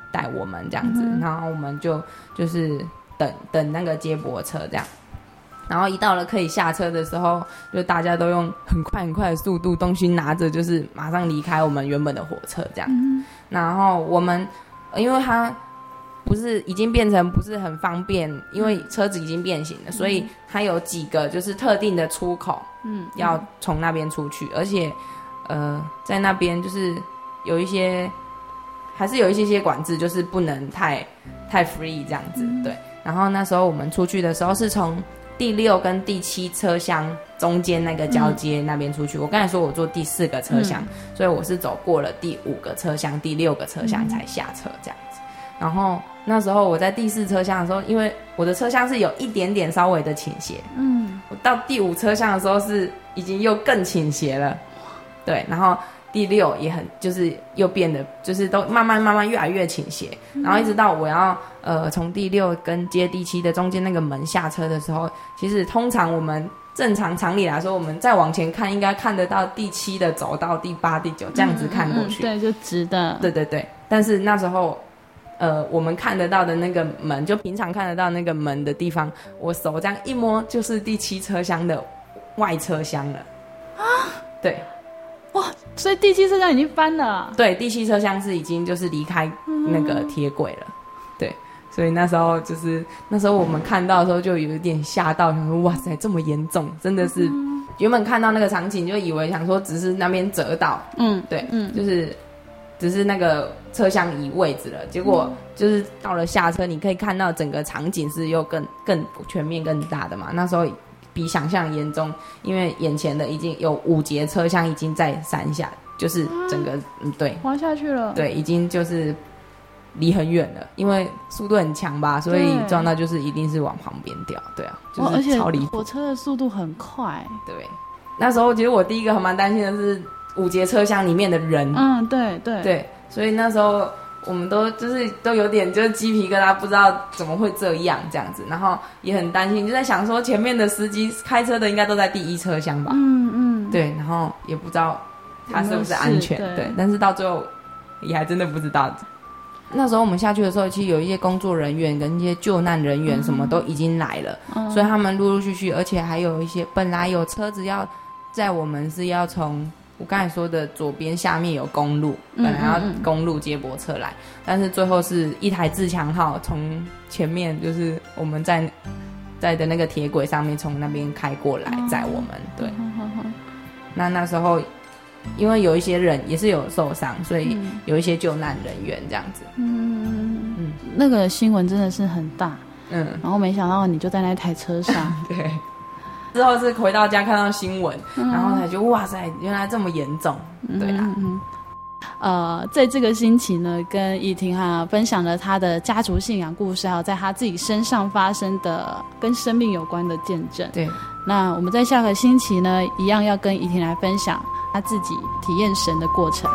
带我们这样子，嗯、然后我们就就是等等那个接驳车这样。然后一到了可以下车的时候，就大家都用很快很快的速度，东西拿着，就是马上离开我们原本的火车这样。嗯、然后我们因为它不是已经变成不是很方便，因为车子已经变形了，嗯、所以它有几个就是特定的出口，嗯，要从那边出去，而且呃，在那边就是有一些还是有一些些管制，就是不能太太 free 这样子，嗯、对。然后那时候我们出去的时候是从第六跟第七车厢中间那个交接那边出去，嗯、我刚才说我坐第四个车厢，嗯、所以我是走过了第五个车厢、第六个车厢才下车这样子。然后那时候我在第四车厢的时候，因为我的车厢是有一点点稍微的倾斜，嗯，我到第五车厢的时候是已经又更倾斜了，对，然后第六也很就是又变得就是都慢慢慢慢越来越倾斜，嗯、然后一直到我要呃从第六跟接第七的中间那个门下车的时候，其实通常我们正常常理来说，我们再往前看应该看得到第七的走到第八、第九这样子看过去， 嗯嗯嗯，对，就直的， 对对对。但是那时候，呃，我们看得到的那个门，就平常看得到那个门的地方，我手这样一摸，就是第七车厢的外车厢了啊，对。 哇，所以第七车厢已经翻了。 对，第七车厢是已经就是离开那个铁轨了，嗯、对，所以那时候就是那时候我们看到的时候就有一点吓到，想说哇塞这么严重，真的是、嗯、原本看到那个场景就以为想说只是那边折到，嗯，对，嗯，就是只是那个车厢移位置了，结果就是到了下车，你可以看到整个场景是又更更全面更大的嘛，那时候。比想象严重，因为眼前的已经有五节车厢已经在山下，就是整个、啊、嗯对滑下去了， 对，已经就是离很远了，因为速度很强吧，所以撞到就是一定是往旁边掉，对啊，就是超离谱， 而且火车的速度很快， 对。那时候其实我第一个很蛮担心的是五节车厢里面的人， 嗯，对对对，所以那时候。我们都就是都有点就是鸡皮疙瘩，不知道怎么会这样这样子，然后也很担心，就在想说前面的司機开车的应该都在第一车厢吧，嗯嗯，对，然后也不知道他是不是安全，有有 对, 对，但是到最后也还真的不知道。那时候我们下去的时候，其实有一些工作人员跟一些救难人员什么都已经来了，嗯、所以他们陆陆续续，而且还有一些本来有车子要在我们是要从。我刚才说的左边下面有公路，本来要公路接驳车来，嗯嗯嗯，但是最后是一台自强号从前面，就是我们在在的那个铁轨上面从那边开过来载我们。对，嗯嗯嗯，那那时候因为有一些人也是有受伤，所以有一些救难人员这样子。嗯嗯嗯，那个新闻真的是很大。嗯，然后没想到你就在那台车上。 对。之后是回到家看到新闻，嗯、然后才觉得哇塞，原来这么严重，对啊。嗯嗯呃，在这个星期呢，跟依婷哈分享了她的家族信仰故事，还有在她自己身上发生的跟生命有关的见证。 对， 那我们在下个星期呢，一样要跟依婷来分享她自己体验神的过程。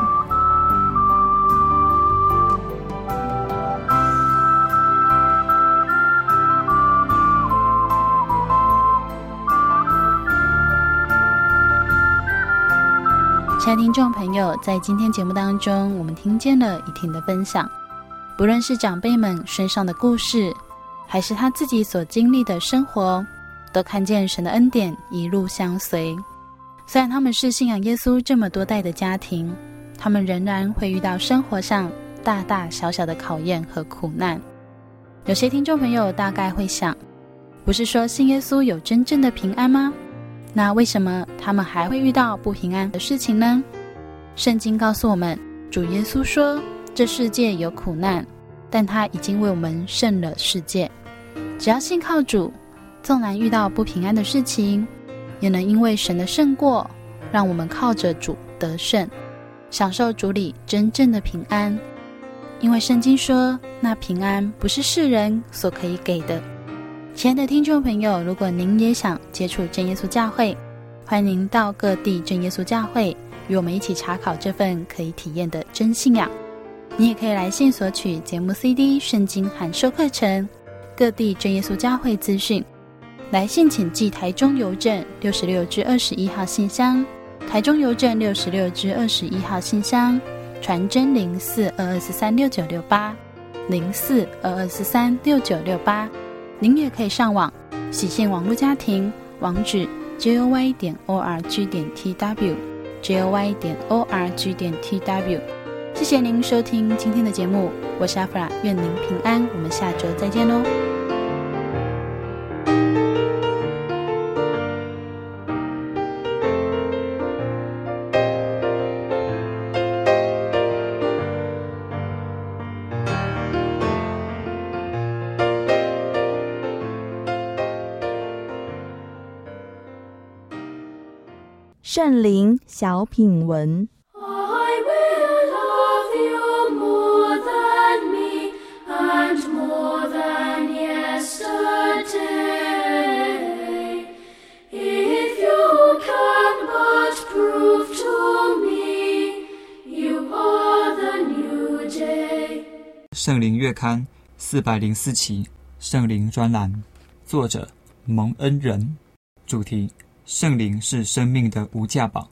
亲爱的听众朋友，在今天节目当中，我们听见了依婷的分享，不论是长辈们身上的故事，还是他自己所经历的生活，都看见神的恩典一路相随。虽然他们是信仰耶稣这么多代的家庭，他们仍然会遇到生活上大大小小的考验和苦难。有些听众朋友大概会想，不是说信耶稣有真正的平安吗？那为什么他们还会遇到不平安的事情呢？圣经告诉我们，主耶稣说，这世界有苦难，但他已经为我们胜了世界。只要信靠主，纵然遇到不平安的事情，也能因为神的胜过，让我们靠着主得胜，享受主里真正的平安。因为圣经说，那平安不是世人所可以给的。亲爱的听众朋友，如果您也想接触真耶稣教会，欢迎您到各地真耶稣教会与我们一起查考这份可以体验的真信仰。你也可以来信索取节目 C D、 圣经函授课程，各地真耶稣教会资讯。来信请寄台中邮政六十六至二十一号信箱，台中邮政六十六至二十一号信箱，传真零四二二四三六九六八， 零四二二四三六九六八。您也可以上网喜信网络家庭，网址 j o y 点 o r g 点 t w j o y 点 o r g 点 t w。谢谢您收听今天的节目，我是阿弗拉，愿您平安，我们下周再见喽。 圣灵小品文。 圣灵月刊四百零四期圣灵专栏，作者蒙恩仁，主题圣灵是生命的无价宝。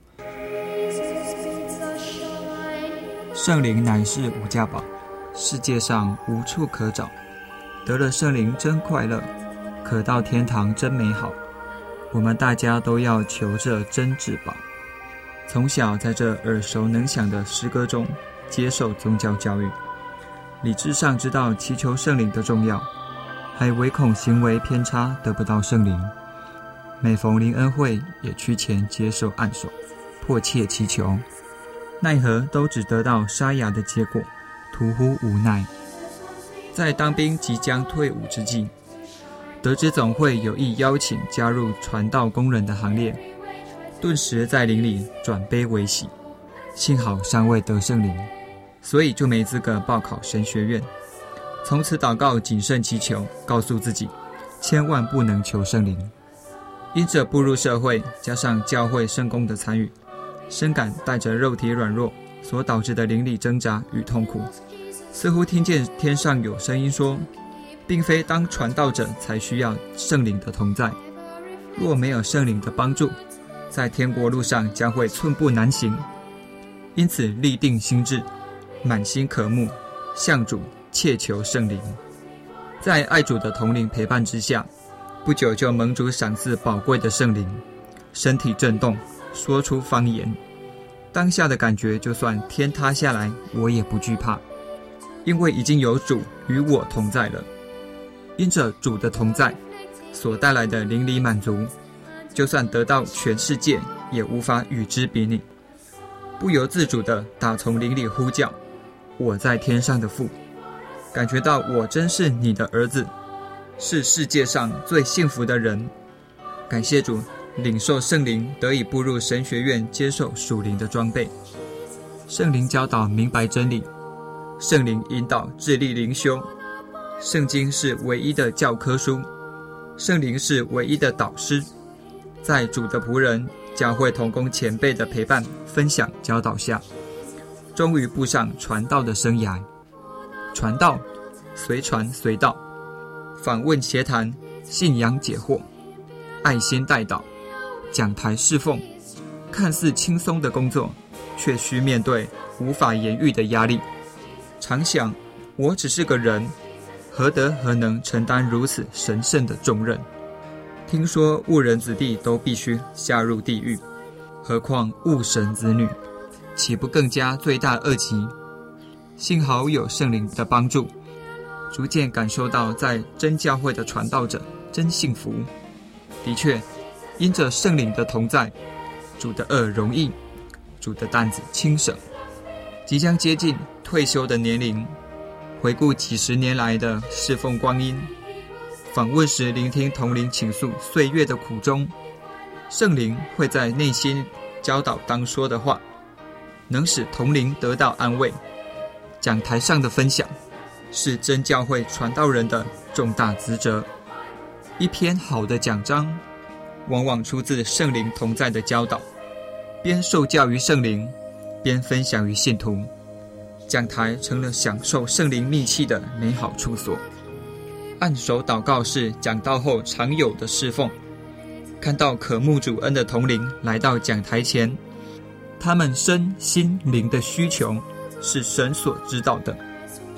圣灵乃是无价宝，世界上无处可找，得了圣灵真快乐，可到天堂真美好。我们大家都要求这真至宝，从小在这耳熟能详的诗歌中接受宗教教育，理智上知道祈求圣灵的重要，还唯恐行为偏差得不到圣灵。每逢灵恩会也趋前接受按手，迫切祈求，奈何都只得到沙哑的结果，徒呼无奈。在当兵即将退伍之际，得知总会有意邀请加入传道工人的行列，顿时在灵里转悲为喜，幸好尚未得圣灵，所以就没资格报考神学院。从此祷告谨慎祈求，告诉自己千万不能求圣灵。因着步入社会，加上教会圣工的参与，深感带着肉体软弱所导致的灵里挣扎与痛苦，似乎听见天上有声音说，并非当传道者才需要圣灵的同在，若没有圣灵的帮助，在天国路上将会寸步难行。因此立定心志，满心渴慕，向主切求圣灵。在爱主的同灵陪伴之下，不久就蒙主赏赐宝贵的圣灵，身体震动，说出方言。当下的感觉，就算天塌下来我也不惧怕，因为已经有主与我同在了。因着主的同在所带来的灵里满足，就算得到全世界也无法与之比拟。不由自主地打从灵里呼叫，我在天上的父，感觉到我真是你的儿子，是世界上最幸福的人。感谢主，领受圣灵，得以步入神学院，接受属灵的装备。圣灵教导明白真理，圣灵引导致力灵修。圣经是唯一的教科书，圣灵是唯一的导师。在主的仆人、教会同工前辈的陪伴、分享、教导下，终于步上传道的生涯。传道，随传随到，访问协谈，信仰解惑，爱心代祷，讲台侍奉，看似轻松的工作，却需面对无法言喻的压力。常想，我只是个人，何德何能承担如此神圣的重任？听说误人子弟都必须下入地狱，何况误神子女，岂不更加罪大恶极？幸好有圣灵的帮助，逐渐感受到在真教会的传道者真幸福。的确，因着圣灵的同在，主的恶容易，主的担子轻省。即将接近退休的年龄，回顾几十年来的侍奉光阴，访问时聆听同灵倾诉岁月的苦衷，圣灵会在内心教导当说的话，能使同灵得到安慰。讲台上的分享是真教会传道人的重大职责。一篇好的讲章往往出自圣灵同在的教导，边受教于圣灵，边分享于信徒，讲台成了享受圣灵密契的美好处所。按手祷告是讲道后常有的侍奉，看到渴慕主恩的同灵来到讲台前，他们身心灵的需求是神所知道的。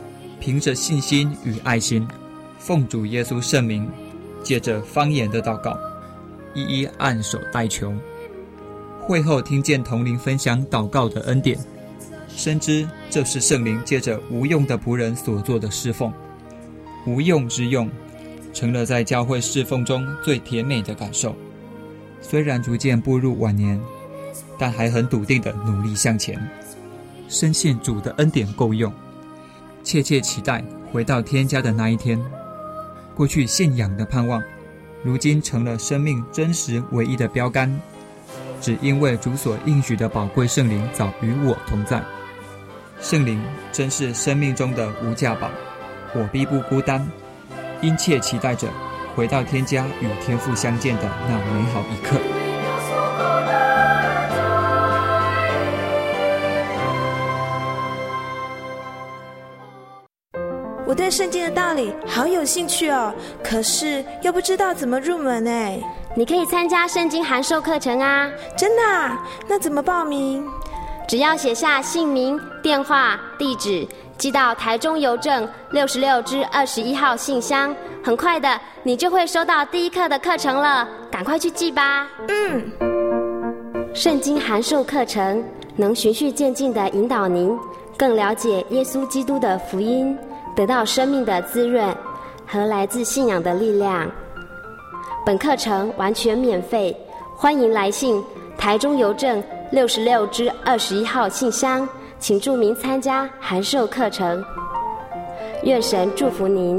凭着信心与爱心，奉主耶稣圣名，借着方言的祷告，一一按手代求。会后听见同灵分享祷告的恩典，深知这是圣灵借着无用的仆人所做的侍奉。无用之用，成了在教会侍奉中最甜美的感受。虽然逐渐步入晚年，但还很笃定地努力向前，深信主的恩典够用，切切期待回到天家的那一天。过去信仰的盼望，如今成了生命真实唯一的标杆，只因为主所应许的宝贵圣灵早与我同在。圣灵真是生命中的无价宝，我必不孤单，殷切期待着回到天家与天父相见的那美好一刻。 我对圣经的道理好有兴趣哦，可是又不知道怎么入门哎。 你可以参加圣经函授课程啊。 真的啊？那怎么报名？ 只要写下姓名、电话、地址，寄到台中邮政六十六支二十一号信箱，很快的你就会收到第一课的课程了，赶快去寄吧。 嗯。 圣经函授课程能循序渐进地引导您更了解耶稣基督的福音，得到生命的滋润和来自信仰的力量。本课程完全免费，欢迎来信台中邮政六十六支二十一号信箱，请注明参加函授课程。愿神祝福您。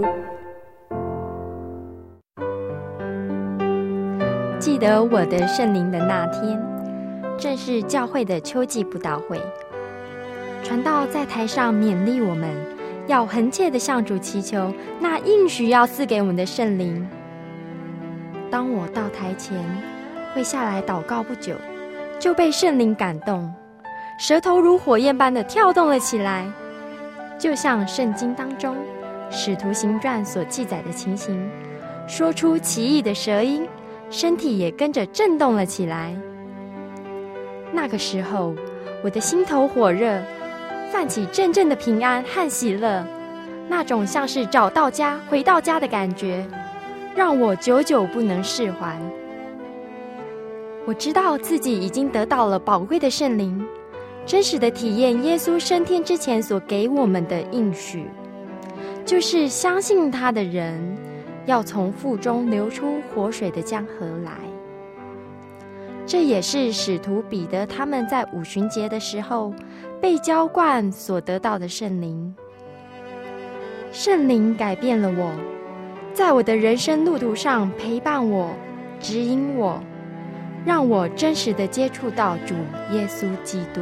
记得我的圣灵的那天，正是教会的秋季布道会，传道在台上勉励我们，要恒切地向主祈求那应许要赐给我们的圣灵。当我到台前会下来祷告不久，就被圣灵感动，舌头如火焰般的跳动了起来，就像圣经当中使徒行传所记载的情形，说出奇异的舌音，身体也跟着震动了起来。那个时候我的心头火热，泛起阵阵的平安和喜乐，那种像是找到家回到家的感觉，让我久久不能释怀。我知道自己已经得到了宝贵的圣灵，真实的体验耶稣升天之前所给我们的应许，就是相信他的人要从腹中流出活水的江河来。这也是使徒彼得他们在五旬节的时候被浇灌所得到的圣灵。圣灵改变了我，在我的人生路途上陪伴我，指引我，让我真实地接触到主耶稣基督。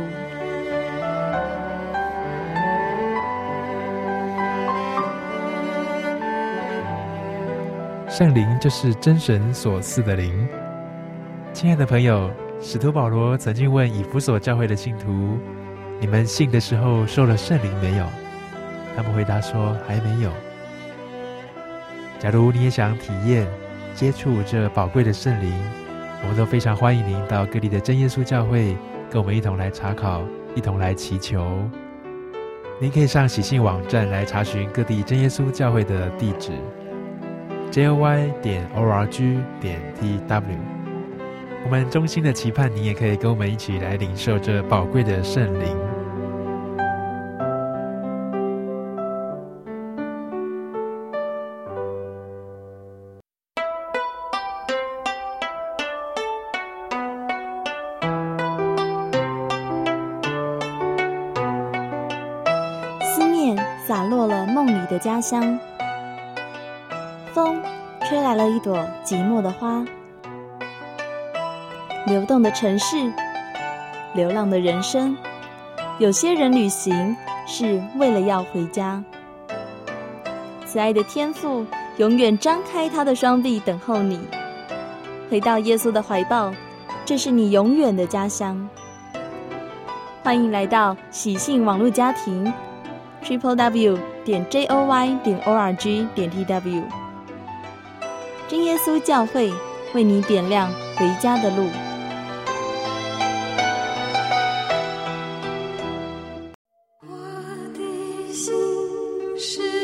圣灵就是真神所赐的灵。亲爱的朋友，使徒保罗曾经问以弗所教会的信徒，你们信的时候受了圣灵没有？他们回答说还没有。假如你也想体验接触这宝贵的圣灵，我们都非常欢迎您到各地的真耶稣教会跟我们一同来查考，一同来祈求。您可以上喜信网站来查询各地真耶稣教会的地址 j o y 点 o r g 点 t w。 我们衷心的期盼您也可以跟我们一起来领受这宝贵的圣灵。 洒落了梦里的家乡，风吹来了一朵寂寞的花。流动的城市，流浪的人生，有些人旅行是为了要回家。慈爱的天父永远张开他的双臂等候你，回到耶稣的怀抱，这是你永远的家乡。欢迎来到喜信网络家庭triple w 点 j o y 点 o r g 点 t w。 真耶稣教会为你点亮回家的路。 我的心是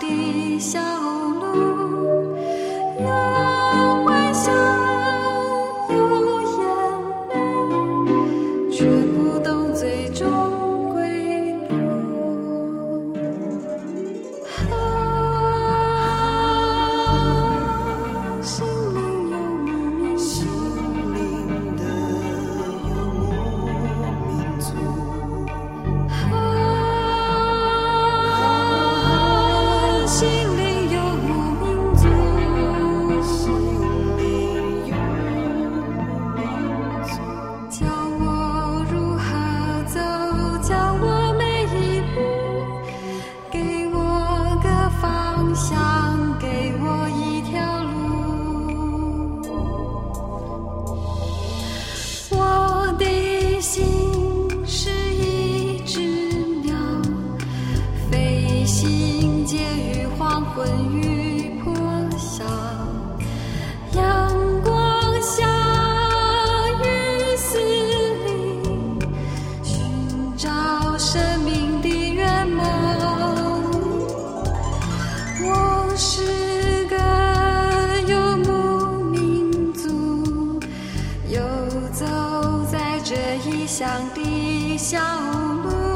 的小路，有欢笑，有眼泪，却不懂最终归路。啊，心灵游牧民族，心灵的游牧民族。心灵游牧民族，心灵游牧民族，教我如何走，教我每一步，给我个方向，给我一条路。我的心是一只鸟，飞行介于黄昏与破晓，阳光下雨丝里，寻找生命的圆梦。我是个游牧民族，游走在这异乡的小路。